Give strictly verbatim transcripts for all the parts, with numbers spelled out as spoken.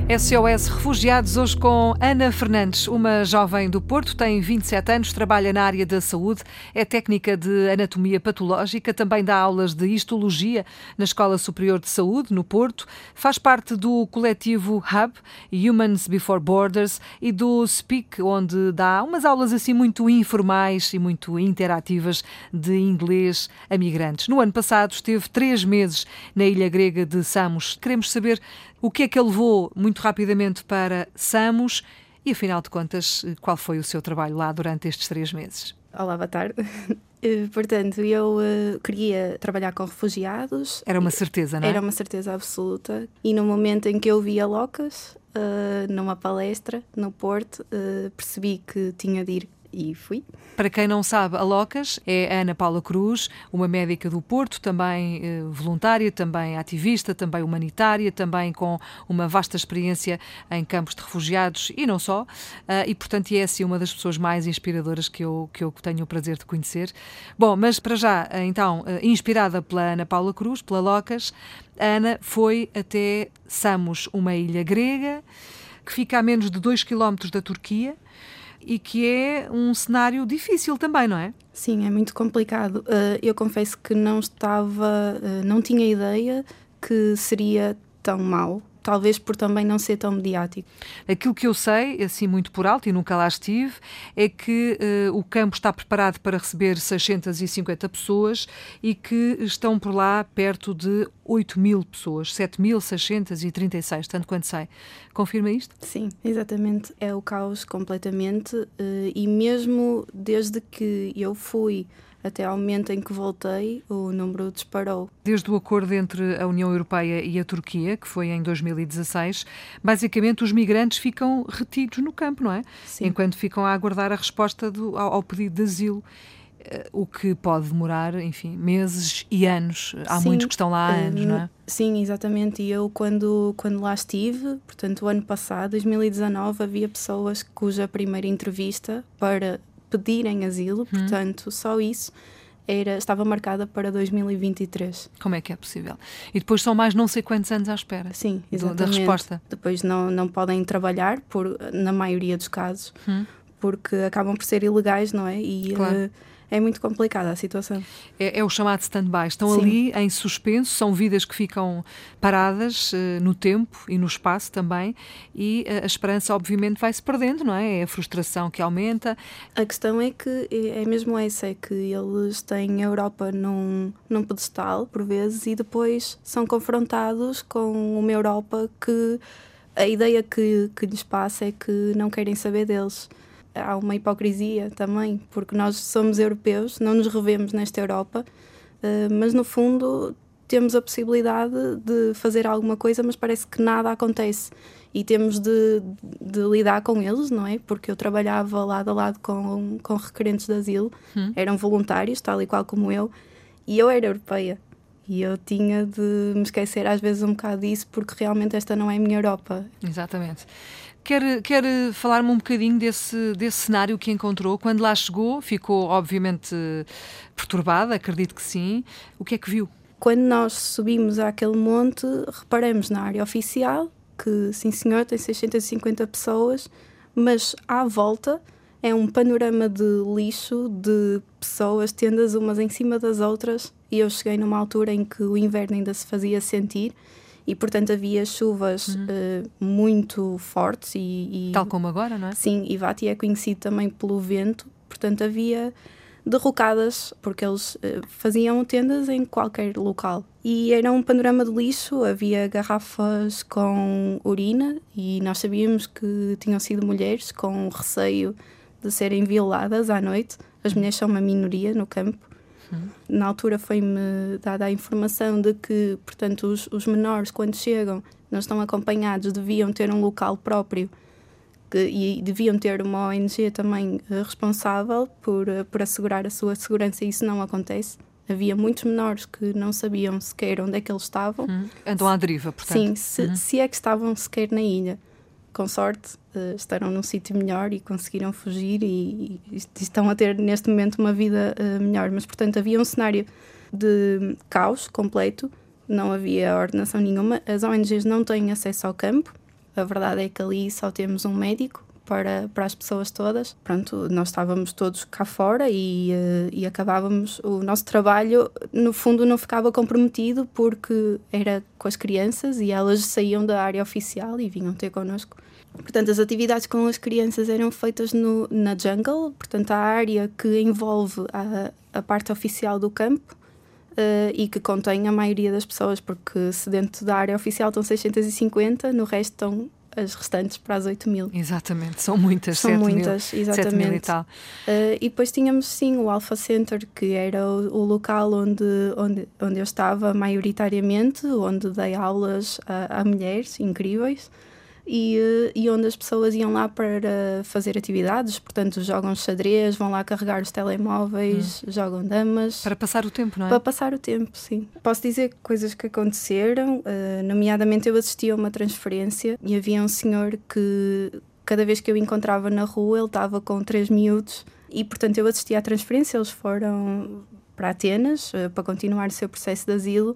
S O S Refugiados, hoje com Ana Fernandes, uma jovem do Porto, tem vinte e sete anos, trabalha na área da saúde, é técnica de anatomia patológica, também dá aulas de histologia na Escola Superior de Saúde, no Porto, faz parte do coletivo Hub, Humans Before Borders, e do Speak, onde dá umas aulas assim muito informais e muito interativas de inglês a migrantes. No ano passado esteve três meses na ilha grega de Samos. Queremos saber o que é que a levou muito rapidamente para Samos e, afinal de contas, qual foi o seu trabalho lá durante estes três meses? Olá, boa tarde. Portanto, eu uh, queria trabalhar com refugiados. Era uma certeza, não é? Era uma certeza absoluta. E no momento em que eu vi a Locas, uh, numa palestra no Porto, uh, percebi que tinha de ir e fui. Para quem não sabe, a Locas é a Ana Paula Cruz, uma médica do Porto, também eh, voluntária, também ativista, também humanitária, também com uma vasta experiência em campos de refugiados e não só, uh, e portanto é assim uma das pessoas mais inspiradoras que eu, que eu tenho o prazer de conhecer. Bom, mas para já, então, inspirada pela Ana Paula Cruz, pela Locas, a Ana foi até Samos, uma ilha grega que fica a menos de dois quilómetros da Turquia, e que é um cenário difícil também, não é? Sim, é muito complicado. Uh, eu confesso que não estava, uh, não tinha ideia que seria tão mau. Talvez por também não ser tão mediático. Aquilo que eu sei, assim muito por alto, e nunca lá estive, é que uh, o campo está preparado para receber seiscentas e cinquenta pessoas e que estão por lá perto de oito mil pessoas, sete mil seiscentos e trinta e seis, tanto quanto sei. Confirma isto? Sim, exatamente. É o caos completamente uh, e mesmo desde que eu fui até ao momento em que voltei, o número disparou. Desde o acordo entre a União Europeia e a Turquia, que foi em dois mil e dezasseis, basicamente os migrantes ficam retidos no campo, não é? Sim. Enquanto ficam a aguardar a resposta do, ao, ao pedido de asilo, o que pode demorar, enfim, meses e anos. Há Sim, muitos que estão lá há anos, uh, não é? Sim, exatamente. E eu, quando, quando lá estive, portanto, o ano passado, dois mil e dezanove, havia pessoas cuja primeira entrevista para pedirem asilo, hum. portanto, só isso era, estava marcada para dois mil e vinte e três. Como é que é possível? E depois são mais não sei quantos anos à espera. Sim, exatamente. Do, da resposta. Depois não, não podem trabalhar, por, na maioria dos casos, hum. porque acabam por ser ilegais, não é? E claro. uh, é muito complicada a situação. É, é o chamado stand-by. Estão Sim. ali em suspenso, são vidas que ficam paradas uh, no tempo e no espaço também, e uh, a esperança obviamente vai-se perdendo, não é? É a frustração que aumenta. A questão é que é mesmo essa, é que eles têm a Europa num, num pedestal, por vezes, e depois são confrontados com uma Europa que a ideia que, que lhes passa é que não querem saber deles. Há uma hipocrisia também, porque nós somos europeus, não nos revemos nesta Europa, mas no fundo temos a possibilidade de fazer alguma coisa, mas parece que nada acontece e temos de, de lidar com eles, não é? Porque eu trabalhava lado a lado com, com requerentes de asilo, hum. eram voluntários, tal e qual como eu, e eu era europeia. E eu tinha de me esquecer às vezes um bocado disso, porque realmente esta não é a minha Europa. Exatamente. Quer, quer falar-me um bocadinho desse, desse cenário que encontrou? Quando lá chegou, ficou obviamente perturbada, acredito que sim. O que é que viu? Quando nós subimos àquele monte, reparamos na área oficial, que sim senhor, tem seiscentas e cinquenta pessoas, mas à volta é um panorama de lixo, de pessoas, tendas umas em cima das outras, e eu cheguei numa altura em que o inverno ainda se fazia sentir, e portanto havia chuvas uhum. uh, muito fortes. E, e, tal como agora, não é? Sim, e Vati é conhecido também pelo vento, portanto havia derrocadas, porque eles uh, faziam tendas em qualquer local. E era um panorama de lixo, havia garrafas com urina, e nós sabíamos que tinham sido mulheres com receio de serem violadas à noite. As mulheres são uma minoria no campo. Uhum. Na altura foi-me dada a informação de que, portanto, os, os menores, quando chegam, não estão acompanhados, deviam ter um local próprio que, e deviam ter uma O N G também uh, responsável por, uh, por assegurar a sua segurança, e isso não acontece. Havia muitos menores que não sabiam sequer onde é que eles estavam. Uhum. Andam à deriva, portanto. Sim, se, uhum. se é que estavam sequer na ilha. Com sorte, uh, estarão num sítio melhor e conseguiram fugir e, e, e estão a ter neste momento uma vida uh, melhor. Mas, portanto, havia um cenário de caos completo, não havia ordenação nenhuma, as O N Gs não têm acesso ao campo, A verdade é que ali só temos um médico para, para as pessoas todas. Pronto, nós estávamos todos cá fora e, uh, e acabávamos, o nosso trabalho no fundo não ficava comprometido porque era com as crianças e elas saíam da área oficial e vinham ter connosco. Portanto, as atividades com as crianças eram feitas no, na jungle, portanto a área que envolve a, a parte oficial do campo uh, e que contém a maioria das pessoas, porque se dentro da área oficial estão seiscentos e cinquenta, no resto estão as restantes para as oito mil. Exatamente, são muitas, são sete muitas, mil, exatamente. sete mil e tal. Uh, e depois tínhamos sim o Alpha Center, que era o, o local onde, onde, onde eu estava maioritariamente, onde dei aulas a, a mulheres incríveis e, e onde as pessoas iam lá para fazer atividades, portanto jogam xadrez, vão lá carregar os telemóveis, hum. jogam damas. Para passar o tempo, não é? Para passar o tempo, sim. Posso dizer coisas que aconteceram, uh, nomeadamente eu assisti a uma transferência e havia um senhor que cada vez que eu encontrava na rua ele estava com três miúdos e portanto eu assisti à transferência, eles foram para Atenas uh, para continuar o seu processo de asilo.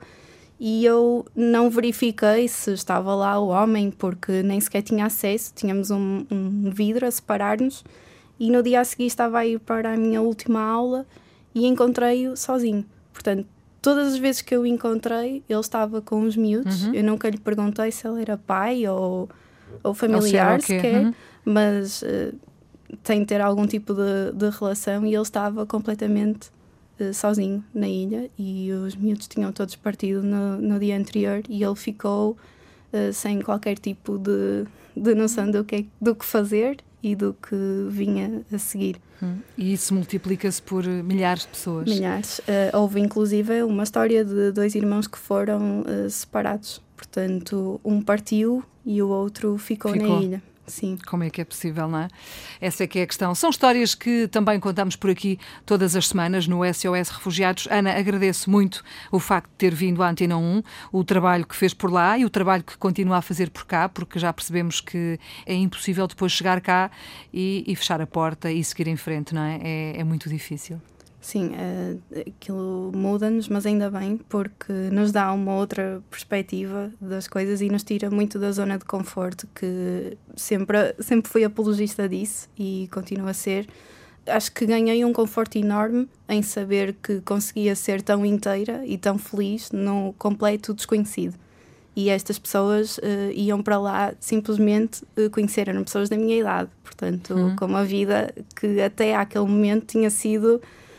E eu não verifiquei se estava lá o homem, porque nem sequer tinha acesso. Tínhamos um, um vidro a separar-nos. E no dia a seguir estava a ir para a minha última aula e encontrei-o sozinho. Portanto, todas as vezes que eu o encontrei, ele estava com os miúdos. Uhum. Eu nunca lhe perguntei se ele era pai ou, ou familiar sequer. Uhum. Mas uh, tem de ter algum tipo de, de relação e ele estava completamente sozinho na ilha e os miúdos tinham todos partido no, no dia anterior e ele ficou uh, sem qualquer tipo de, de noção do que, do que fazer e do que vinha a seguir. Hum. E isso multiplica-se por milhares de pessoas? Milhares. Uh, houve inclusive uma história de dois irmãos que foram uh, separados. Portanto, um partiu e o outro ficou, ficou. na ilha. Sim. Como é que é possível, não é? Essa é que é a questão. São histórias que também contamos por aqui todas as semanas no S O S Refugiados. Ana, agradeço muito o facto de ter vindo à Antena um, o trabalho que fez por lá e o trabalho que continua a fazer por cá, porque já percebemos que é impossível depois chegar cá e, e fechar a porta e seguir em frente, não é? É, é muito difícil. Sim, uh, aquilo muda-nos, mas ainda bem, porque nos dá uma outra perspectiva das coisas e nos tira muito da zona de conforto, que sempre, sempre fui apologista disso e continuo a ser. Acho que ganhei um conforto enorme em saber que conseguia ser tão inteira e tão feliz no completo desconhecido. E estas pessoas uh, iam para lá simplesmente uh, conhecer, eram pessoas da minha idade, portanto, hum. com uma vida que até àquele momento tinha sido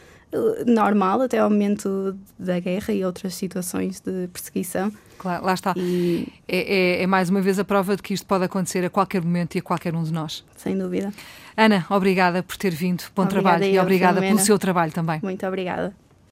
normal, até ao momento da guerra e outras situações de perseguição. Claro, lá está. E... É, é, é mais uma vez a prova de que isto pode acontecer a qualquer momento e a qualquer um de nós. Sem dúvida. Ana, obrigada por ter vindo. Bom obrigada trabalho eu, e obrigada Filomena. pelo seu trabalho também. Muito obrigada.